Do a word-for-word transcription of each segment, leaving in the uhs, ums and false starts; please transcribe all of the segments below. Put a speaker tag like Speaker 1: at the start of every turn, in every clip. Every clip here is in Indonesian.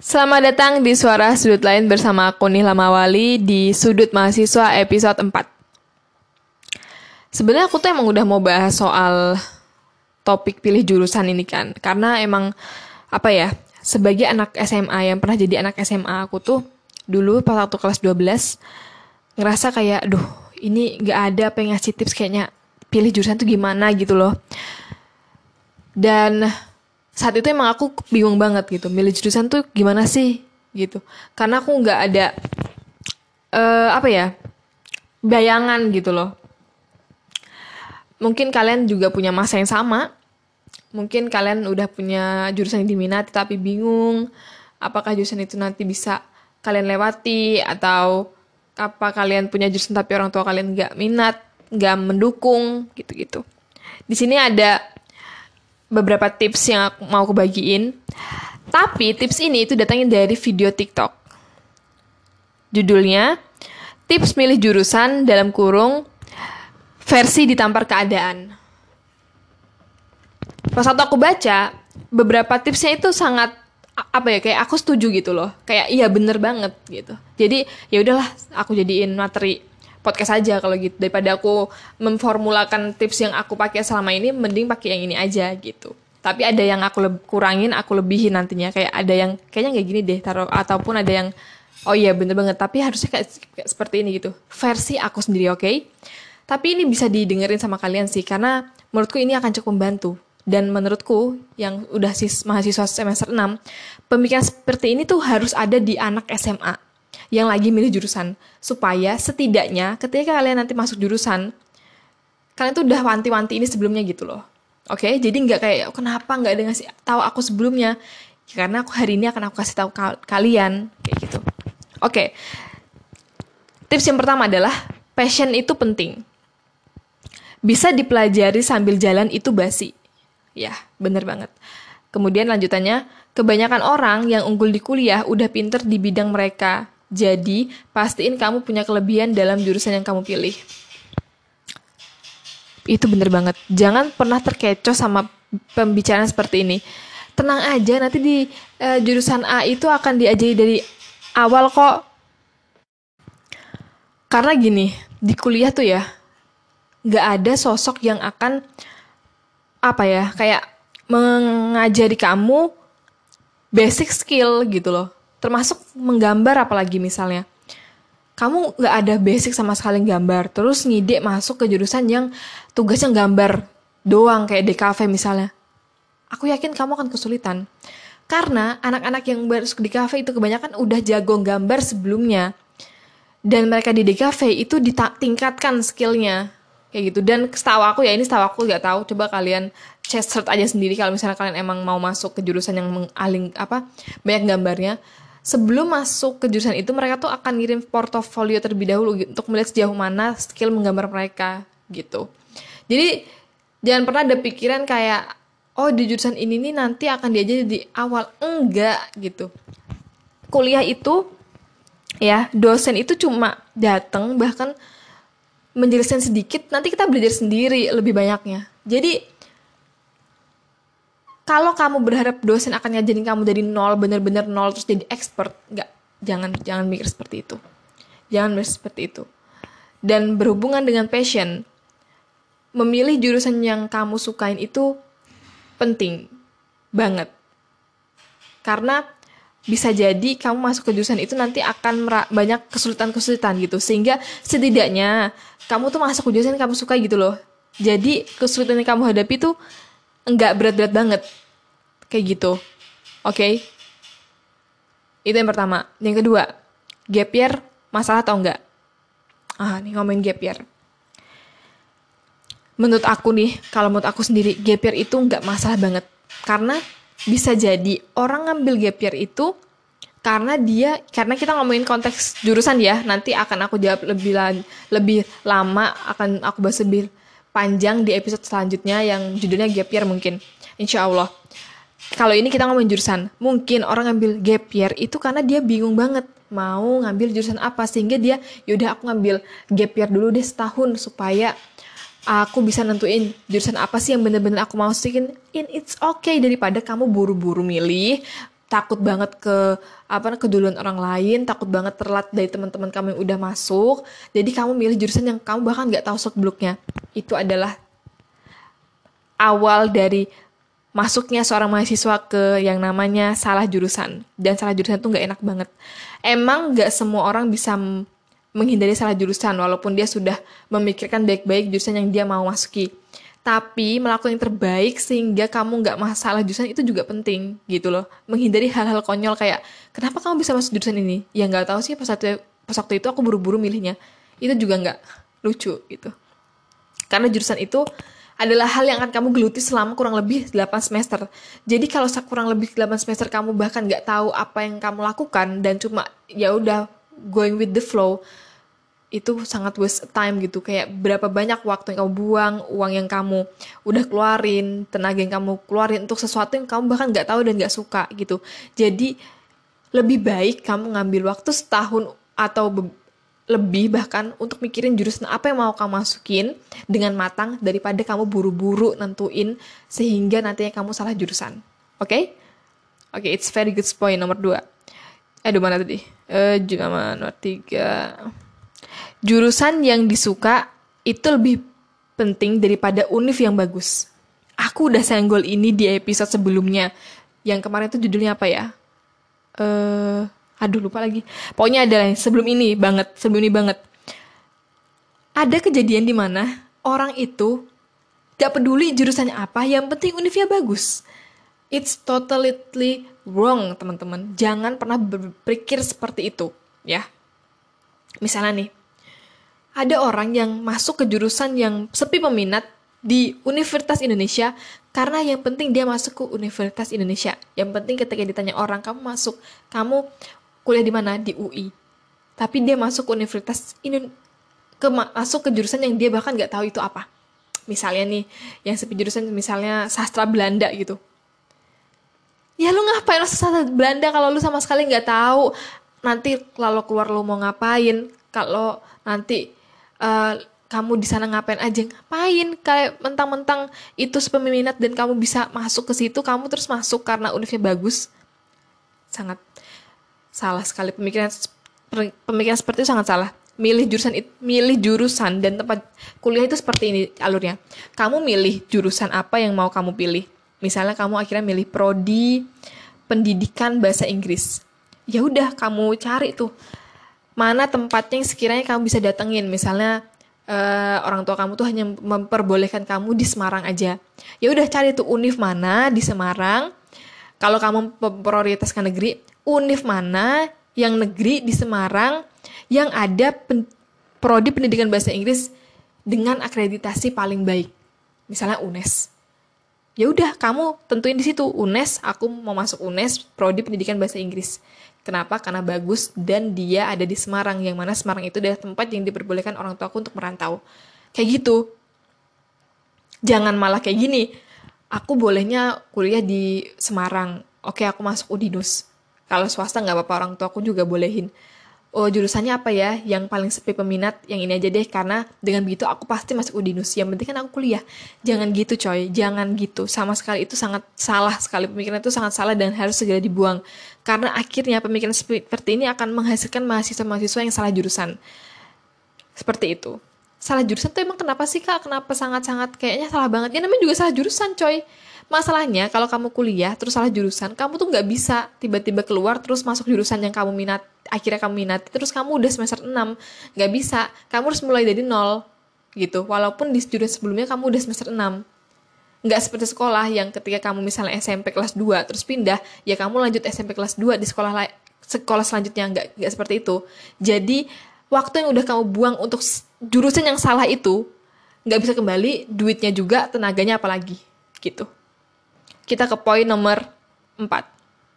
Speaker 1: Selamat datang di Suara Sudut Lain bersama aku Nihla Mawali di Sudut Mahasiswa episode empat. Sebenarnya aku tuh emang udah mau bahas soal topik pilih jurusan ini kan. Karena emang, apa ya, sebagai anak S M A yang pernah jadi anak S M A, aku tuh dulu pas waktu kelas dua belas ngerasa kayak, duh ini gak ada apa yang ngasih tips kayaknya pilih jurusan tuh gimana gitu loh. Dan saat itu emang aku bingung banget gitu, milih jurusan tuh gimana sih gitu. Karena aku nggak ada uh, apa ya bayangan gitu loh. Mungkin kalian juga punya masa yang sama. Mungkin kalian udah punya jurusan yang diminati tapi bingung apakah jurusan itu nanti bisa kalian lewati, atau apa kalian punya jurusan tapi orang tua kalian nggak minat, nggak mendukung gitu-gitu. Di sini ada beberapa tips yang aku mau kebagiin. Tapi tips ini itu datangnya dari video TikTok. Judulnya, tips milih jurusan dalam kurung versi ditampar keadaan. Pas waktu aku baca, beberapa tipsnya itu sangat apa ya, kayak aku setuju gitu loh. Kayak iya bener banget gitu. Jadi ya udahlah, aku jadiin materi podcast aja kalau gitu, daripada aku memformulakan tips yang aku pakai selama ini, mending pakai yang ini aja gitu. Tapi ada yang aku le- kurangin, aku lebihin nantinya. Kayak ada yang kayaknya nggak gini deh taruh, ataupun ada yang oh iya bener banget tapi harusnya kayak, kayak seperti ini gitu. Versi aku sendiri, oke? Okay? Tapi ini bisa didengerin sama kalian sih, karena menurutku ini akan cukup membantu. Dan menurutku yang udah sis mahasiswa semester enam, pemikiran seperti ini tuh harus ada di anak S M A yang lagi milih jurusan, supaya setidaknya ketika kalian nanti masuk jurusan, kalian tuh udah wanti-wanti ini sebelumnya gitu loh. Oke, okay? Jadi nggak kayak oh, kenapa nggak ada ngasih tahu aku sebelumnya? Ya, karena aku hari ini akan aku kasih tahu ka- kalian kayak gitu. Oke, okay. Tips yang pertama adalah passion itu penting. Bisa dipelajari sambil jalan itu basi. Ya, bener banget. Kemudian lanjutannya, kebanyakan orang yang unggul di kuliah udah pinter di bidang mereka. Jadi, pastiin kamu punya kelebihan dalam jurusan yang kamu pilih. Itu bener banget. Jangan pernah terkecoh sama pembicaraan seperti ini. Tenang aja, nanti di uh, jurusan A itu akan diajari dari awal kok. Karena gini, di kuliah tuh ya, gak ada sosok yang akan, apa ya, kayak mengajari kamu basic skill gitu loh. Termasuk menggambar apalagi misalnya. Kamu gak ada basic sama sekali gambar, terus ngide masuk ke jurusan yang tugasnya gambar doang, kayak D K V misalnya. Aku yakin kamu akan kesulitan. Karena anak-anak yang masuk di D K V itu kebanyakan udah jago gambar sebelumnya. Dan mereka di D K V itu ditingkatkan skillnya. Kayak gitu. Dan setahu aku ya, ini setahu aku gak tahu, coba kalian cek search aja sendiri kalau misalnya kalian emang mau masuk ke jurusan yang mengaling apa banyak gambarnya. Sebelum masuk ke jurusan itu, mereka tuh akan ngirim portofolio terlebih dahulu untuk melihat sejauh mana skill menggambar mereka gitu. Jadi jangan pernah ada pikiran kayak oh di jurusan ini nih nanti akan diajari di awal. Enggak gitu. Kuliah itu ya, dosen itu cuma datang bahkan menjelaskan sedikit, nanti kita belajar sendiri lebih banyaknya. Jadi kalau kamu berharap dosen akan ngajarin kamu dari nol, bener-bener nol terus jadi expert, nggak, jangan jangan mikir seperti itu. Jangan mikir seperti itu. Dan berhubungan dengan passion, memilih jurusan yang kamu sukain itu penting banget. Karena bisa jadi kamu masuk ke jurusan itu nanti akan mera- banyak kesulitan-kesulitan gitu. Sehingga setidaknya kamu tuh masuk ke jurusan yang kamu suka gitu loh. Jadi kesulitan yang kamu hadapi tuh enggak berat-berat banget. Kayak gitu. Oke? Okay? Itu yang pertama. Yang kedua, gap year masalah atau enggak? Ah, nih ngomongin gap year. Menurut aku nih, kalau menurut aku sendiri, gap year itu enggak masalah banget. Karena bisa jadi orang ngambil gap year itu karena dia, karena kita ngomongin konteks jurusan ya, nanti akan aku jawab lebih lebih lama, akan aku bahas lebih panjang di episode selanjutnya yang judulnya gap year mungkin, insya Allah. Kalau ini kita ngomongin jurusan, mungkin orang ngambil gap year itu karena dia bingung banget mau ngambil jurusan apa, sehingga dia yaudah aku ngambil gap year dulu deh setahun supaya aku bisa nentuin jurusan apa sih yang bener-bener aku mau masukin in. It's okay, daripada kamu buru-buru milih takut banget ke apa keduluan orang lain, takut banget terlambat dari teman-teman kamu yang udah masuk, jadi kamu milih jurusan yang kamu bahkan nggak tahu seluk-beluknya. Itu adalah awal dari masuknya seorang mahasiswa ke yang namanya salah jurusan. Dan salah jurusan itu nggak enak banget. Emang nggak semua orang bisa menghindari salah jurusan, walaupun dia sudah memikirkan baik-baik jurusan yang dia mau masuki. Tapi melakukan yang terbaik sehingga kamu nggak masalah jurusan itu juga penting gitu loh. Menghindari hal-hal konyol kayak, kenapa kamu bisa masuk jurusan ini? Ya nggak tahu sih, pas waktu, pas waktu itu aku buru-buru milihnya. Itu juga nggak lucu gitu. Karena jurusan itu adalah hal yang akan kamu geluti selama kurang lebih delapan semester. Jadi kalau kurang lebih delapan semester kamu bahkan nggak tahu apa yang kamu lakukan dan cuma ya udah going with the flow, itu sangat waste time gitu. Kayak berapa banyak waktu yang kamu buang, uang yang kamu udah keluarin, tenaga yang kamu keluarin untuk sesuatu yang kamu bahkan nggak tahu dan nggak suka gitu. Jadi lebih baik kamu ngambil waktu setahun atau be- lebih bahkan untuk mikirin jurusan apa yang mau kamu masukin dengan matang daripada kamu buru-buru nentuin sehingga nantinya kamu salah jurusan. Oke? Okay? Oke, okay, it's very good point nomor dua. Aduh, mana tadi? Eh, uh, nomor tiga. Jurusan yang disuka itu lebih penting daripada univ yang bagus. Aku udah senggol ini di episode sebelumnya. Yang kemarin itu judulnya apa ya? Eh... Uh, Aduh lupa lagi. Pokoknya ada yang sebelum ini banget, sebelum ini banget. Ada kejadian di mana orang itu gak peduli jurusannya apa, yang penting univnya bagus. It's totally wrong, teman-teman. Jangan pernah berpikir seperti itu, ya. Misalnya nih, ada orang yang masuk ke jurusan yang sepi peminat di Universitas Indonesia karena yang penting dia masuk ke Universitas Indonesia. Yang penting ketika ditanya orang, kamu masuk, kamu kuliah di mana? Di U I. Tapi dia masuk ke universitas ini, ke masuk ke jurusan yang dia bahkan nggak tahu itu apa. Misalnya nih, yang sepi jurusan misalnya sastra Belanda gitu. Ya lu ngapain masuk sastra Belanda kalau lu sama sekali nggak tahu nanti kalau keluar lu mau ngapain? Kalau nanti uh, kamu di sana ngapain aja? Ngapain? Kayak mentang-mentang itu sepeminat dan kamu bisa masuk ke situ, kamu terus masuk karena univnya bagus. Sangat salah sekali pemikiran pemikiran seperti itu, sangat salah. Milih jurusan milih jurusan dan tempat kuliah itu seperti ini alurnya. Kamu milih jurusan apa yang mau kamu pilih. Misalnya kamu akhirnya milih prodi pendidikan bahasa Inggris. Ya udah kamu cari tuh mana tempatnya yang sekiranya kamu bisa datengin. Misalnya uh, orang tua kamu tuh hanya memperbolehkan kamu di Semarang aja. Ya udah cari tuh univ mana di Semarang. Kalau kamu prioritaskan negeri, univ mana yang negeri di Semarang yang ada pen- prodi pendidikan bahasa Inggris dengan akreditasi paling baik. Misalnya U N E S. Ya udah, kamu tentuin di situ U N E S, aku mau masuk U N E S prodi pendidikan bahasa Inggris. Kenapa? Karena bagus dan dia ada di Semarang, yang mana Semarang itu adalah tempat yang diperbolehkan orang tuaku untuk merantau. Kayak gitu. Jangan malah kayak gini. Aku bolehnya kuliah di Semarang. Oke, aku masuk Udinus. Kalau swasta nggak apa-apa, orang tua aku juga bolehin. Oh, jurusannya apa ya? Yang paling sepi peminat, yang ini aja deh. Karena dengan begitu aku pasti masuk Udinus. Yang penting kan aku kuliah. Jangan gitu, coy. Jangan gitu. Sama sekali itu sangat salah sekali. Pemikiran itu sangat salah dan harus segera dibuang. Karena akhirnya pemikiran seperti ini akan menghasilkan mahasiswa-mahasiswa yang salah jurusan. Seperti itu. Salah jurusan tuh emang kenapa sih kak? Kenapa sangat-sangat kayaknya salah banget? Ya namanya juga salah jurusan coy. Masalahnya kalau kamu kuliah terus salah jurusan, kamu tuh gak bisa tiba-tiba keluar terus masuk jurusan yang kamu minat. Akhirnya kamu minat, terus kamu udah semester enam. Gak bisa, kamu harus mulai dari nol gitu. Walaupun di jurusan sebelumnya kamu udah semester enam. Gak seperti sekolah yang ketika kamu misalnya S M P kelas dua terus pindah, ya kamu lanjut S M P kelas dua di sekolah la- sekolah selanjutnya. Gak, gak seperti itu. Jadi waktu yang udah kamu buang untuk jurusan yang salah itu nggak bisa kembali, duitnya juga, tenaganya apalagi gitu. Kita ke poin nomor empat.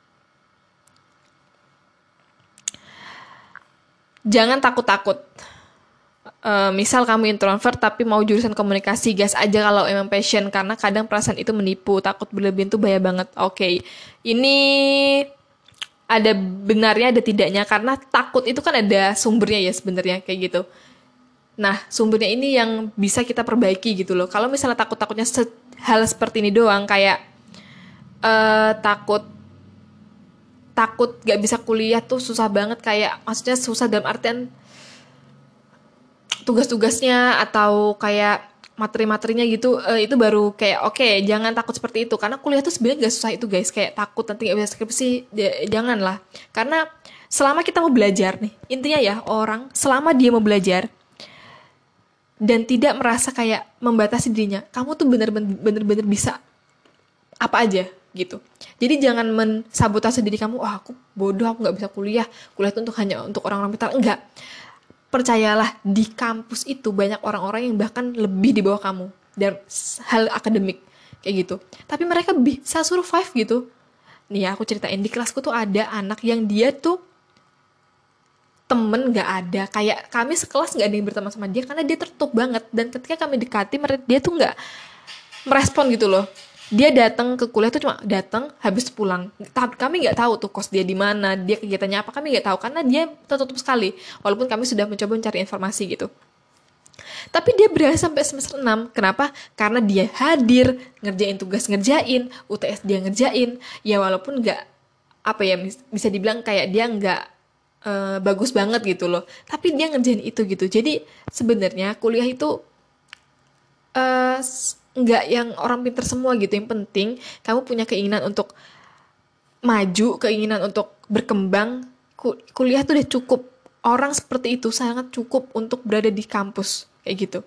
Speaker 1: Jangan takut-takut. Uh, misal kamu introvert tapi mau jurusan komunikasi, gas aja kalau emang passion, karena kadang perasaan itu menipu. Takut berlebihan tuh bahaya banget. Oke, okay. Ini ada benarnya ada tidaknya, karena takut itu kan ada sumbernya ya sebenarnya kayak gitu. Nah, sumbernya ini yang bisa kita perbaiki gitu loh. Kalau misalnya takut-takutnya se- hal seperti ini doang, kayak uh, takut takut gak bisa kuliah tuh susah banget, kayak maksudnya susah dalam artian tugas-tugasnya atau kayak materi-materinya gitu, eh, itu baru kayak oke okay, jangan takut seperti itu, karena kuliah tuh sebenarnya gak susah itu guys, kayak takut nanti gak bisa skripsi, jangan lah. Karena selama kita mau belajar nih, intinya ya orang selama dia mau belajar dan tidak merasa kayak membatasi dirinya, kamu tuh bener-bener bisa apa aja gitu. Jadi jangan mensabotase diri kamu, wah aku bodoh, aku nggak bisa kuliah, kuliah itu untuk hanya untuk orang-orang pintar. Enggak, percayalah di kampus itu banyak orang-orang yang bahkan lebih di bawah kamu dan hal akademik kayak gitu, tapi mereka bisa survive gitu. Nih ya, aku ceritain, di kelasku tuh ada anak yang dia tuh temen gak ada, kayak kami sekelas gak ada yang berteman sama dia karena dia tertutup banget, dan ketika kami dekati dia tuh gak merespon gitu loh. Dia datang ke kuliah tuh cuma datang habis pulang, tapi kami nggak tahu tuh kos dia di mana, dia kegiatannya apa, kami nggak tahu karena dia tertutup sekali, walaupun kami sudah mencoba mencari informasi gitu. Tapi dia berhasil sampai semester enam. Kenapa? Karena dia hadir, ngerjain tugas, ngerjain U T S, dia ngerjain, ya walaupun nggak apa ya, bisa dibilang kayak dia nggak uh, bagus banget gitu loh, tapi dia ngerjain itu gitu. Jadi sebenarnya kuliah itu uh, nggak yang orang pintar semua gitu. Yang penting kamu punya keinginan untuk maju, keinginan untuk berkembang. Kuliah tuh udah cukup. Orang seperti itu sangat cukup untuk berada di kampus kayak gitu.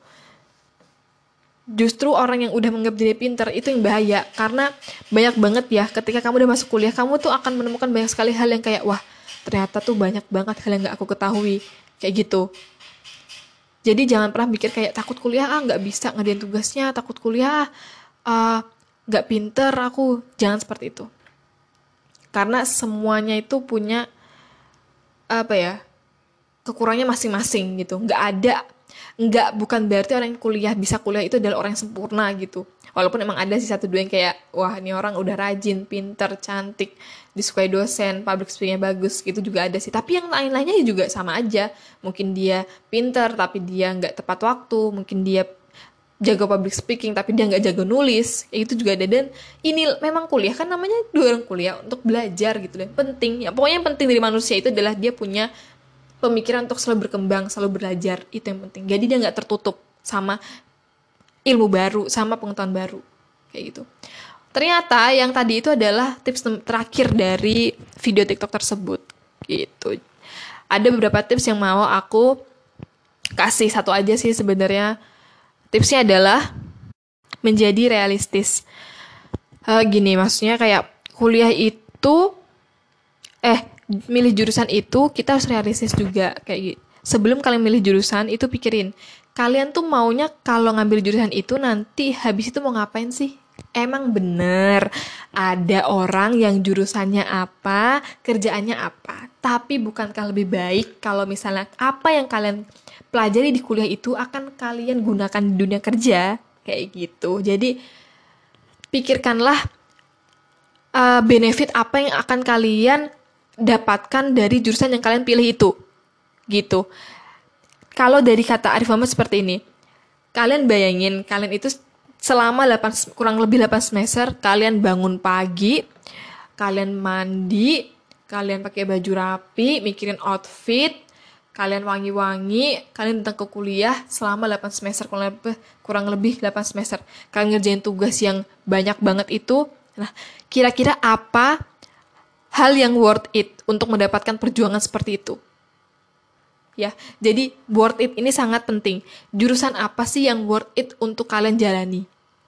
Speaker 1: Justru orang yang udah menganggap diri pintar itu yang bahaya, karena banyak banget ya ketika kamu udah masuk kuliah, kamu tuh akan menemukan banyak sekali hal yang kayak wah ternyata tuh banyak banget hal yang nggak aku ketahui kayak gitu. Jadi jangan pernah mikir kayak takut kuliah, ah nggak bisa ngerjain tugasnya, takut kuliah, ah nggak pinter aku. Jangan seperti itu. Karena semuanya itu punya apa ya, kekurangannya masing-masing gitu. Nggak ada, nggak bukan berarti orang yang kuliah bisa kuliah itu adalah orang yang sempurna gitu. Walaupun emang ada sih satu dua yang kayak wah ini orang udah rajin, pinter, cantik, disukai dosen, public speakingnya bagus gitu juga ada sih. Tapi yang lain-lainnya juga sama aja. Mungkin dia pinter tapi dia nggak tepat waktu, mungkin dia jago public speaking tapi dia nggak jago nulis, kayak gitu juga ada. Dan ini memang kuliah kan namanya dua orang kuliah untuk belajar gitu deh. Penting ya, pokoknya yang penting dari manusia itu adalah dia punya pemikiran untuk selalu berkembang, selalu belajar, itu yang penting. Jadi dia nggak tertutup sama ilmu baru, sama pengetahuan baru, kayak gitu. Ternyata yang tadi itu adalah tips terakhir dari video TikTok tersebut, gitu. Ada beberapa tips yang mau aku kasih, satu aja sih sebenarnya. Tipsnya adalah menjadi realistis. Uh, gini, maksudnya kayak kuliah itu, eh milih jurusan itu kita harus realistis juga kayak gitu. Sebelum kalian milih jurusan itu pikirin, kalian tuh maunya kalau ngambil jurusan itu nanti habis itu mau ngapain sih? Emang bener ada orang yang jurusannya apa, kerjaannya apa. Tapi bukankah lebih baik kalau misalnya apa yang kalian pelajari di kuliah itu akan kalian gunakan di dunia kerja, kayak gitu. Jadi pikirkanlah uh, benefit apa yang akan kalian dapatkan dari jurusan yang kalian pilih itu, gitu. Kalau dari kata Arif Muhammad seperti ini, kalian bayangin kalian itu selama delapan, kurang lebih delapan semester, kalian bangun pagi, kalian mandi, kalian pakai baju rapi, mikirin outfit, kalian wangi-wangi, kalian datang ke kuliah selama delapan semester, kurang lebih, kurang lebih delapan semester. Kalian ngerjain tugas yang banyak banget itu. Nah, kira-kira apa hal yang worth it untuk mendapatkan perjuangan seperti itu? Ya, jadi worth it ini sangat penting. Jurusan apa sih yang worth it untuk kalian jalani?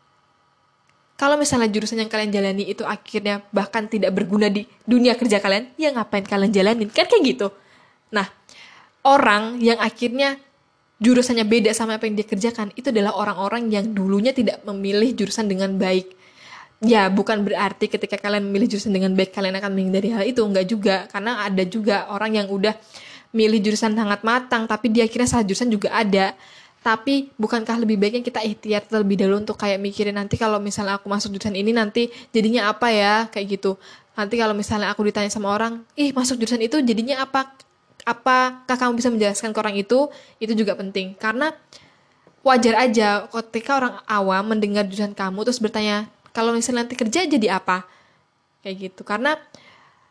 Speaker 1: Kalau misalnya jurusan yang kalian jalani itu akhirnya bahkan tidak berguna di dunia kerja kalian, ya ngapain kalian jalanin? Kan kayak gitu. Nah, orang yang akhirnya jurusannya beda sama apa yang dia kerjakan, itu adalah orang-orang yang dulunya tidak memilih jurusan dengan baik. Ya, bukan berarti ketika kalian memilih jurusan dengan baik, kalian akan menghindari hal itu. Enggak juga, karena ada juga orang yang udah milih jurusan sangat matang, tapi dia akhirnya salah jurusan juga ada. Tapi bukankah lebih baiknya kita ikhtiar terlebih dahulu untuk kayak mikirin nanti kalau misalnya aku masuk jurusan ini nanti jadinya apa ya, kayak gitu. Nanti kalau misalnya aku ditanya sama orang, ih masuk jurusan itu jadinya apa? Apakah kamu bisa menjelaskan ke orang itu? Itu juga penting. Karena wajar aja ketika orang awam mendengar jurusan kamu terus bertanya, kalau misalnya nanti kerja jadi apa? Kayak gitu. Karena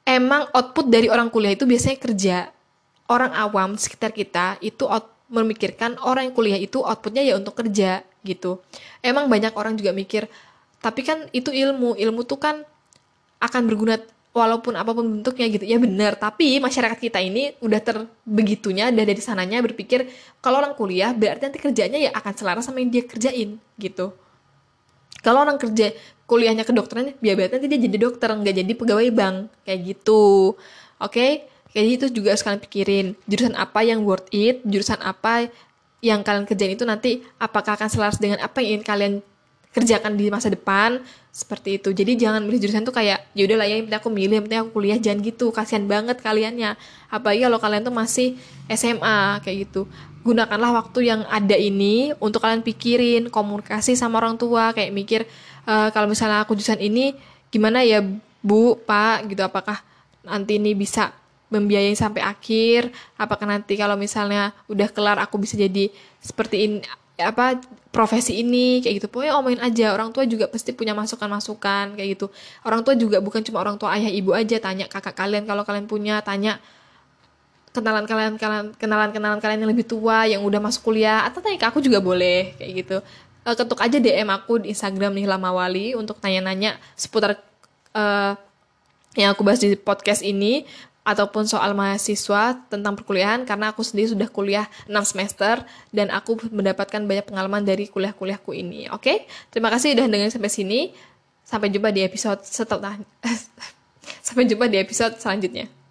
Speaker 1: emang output dari orang kuliah itu biasanya kerja. Orang awam sekitar kita itu out, memikirkan orang yang kuliah itu outputnya ya untuk kerja gitu. Emang banyak orang juga mikir, tapi kan itu ilmu, ilmu tuh kan akan berguna walaupun apapun bentuknya gitu. Ya benar, tapi masyarakat kita ini udah terbegitunya, udah dari sananya berpikir kalau orang kuliah berarti nanti kerjanya ya akan selaras sama yang dia kerjain gitu. Kalau orang kerja kuliahnya kedokteran, ya berarti nanti dia jadi dokter, nggak jadi pegawai bank kayak gitu. Oke, kayak gitu juga sekalian pikirin jurusan apa yang worth it, jurusan apa yang kalian kerjain itu nanti apakah akan selaras dengan apa yang ingin kalian kerjakan di masa depan, seperti itu. Jadi jangan milih jurusan tuh kayak ya udahlah ya yang penting aku milih, yang penting aku kuliah, jangan gitu. Kasihan banget kaliannya. Apalagi kalau kalian tuh masih S M A kayak gitu. Gunakanlah waktu yang ada ini untuk kalian pikirin, komunikasi sama orang tua, kayak mikir e, kalau misalnya aku jurusan ini gimana ya Bu, Pak gitu, apakah nanti ini bisa membiayai sampai akhir, apakah nanti kalau misalnya udah kelar aku bisa jadi seperti ini apa profesi ini kayak gitu. Pokoknya omongin aja, orang tua juga pasti punya masukan-masukan kayak gitu. Orang tua juga bukan cuma orang tua ayah ibu aja, tanya kakak kalian kalau kalian punya, tanya kenalan kalian kalian kenalan kenalan kalian yang lebih tua yang udah masuk kuliah, atau tanya ke aku juga boleh kayak gitu. Eh, ketuk aja D M aku di Instagram Nihla Mawali untuk tanya-nanya seputar eh, yang aku bahas di podcast ini, ataupun soal mahasiswa tentang perkuliahan, karena aku sendiri sudah kuliah enam semester dan aku mendapatkan banyak pengalaman dari kuliah-kuliahku ini. Oke, terima kasih udah dengerin sampai sini. Sampai jumpa di episode setelah sampai jumpa di episode selanjutnya.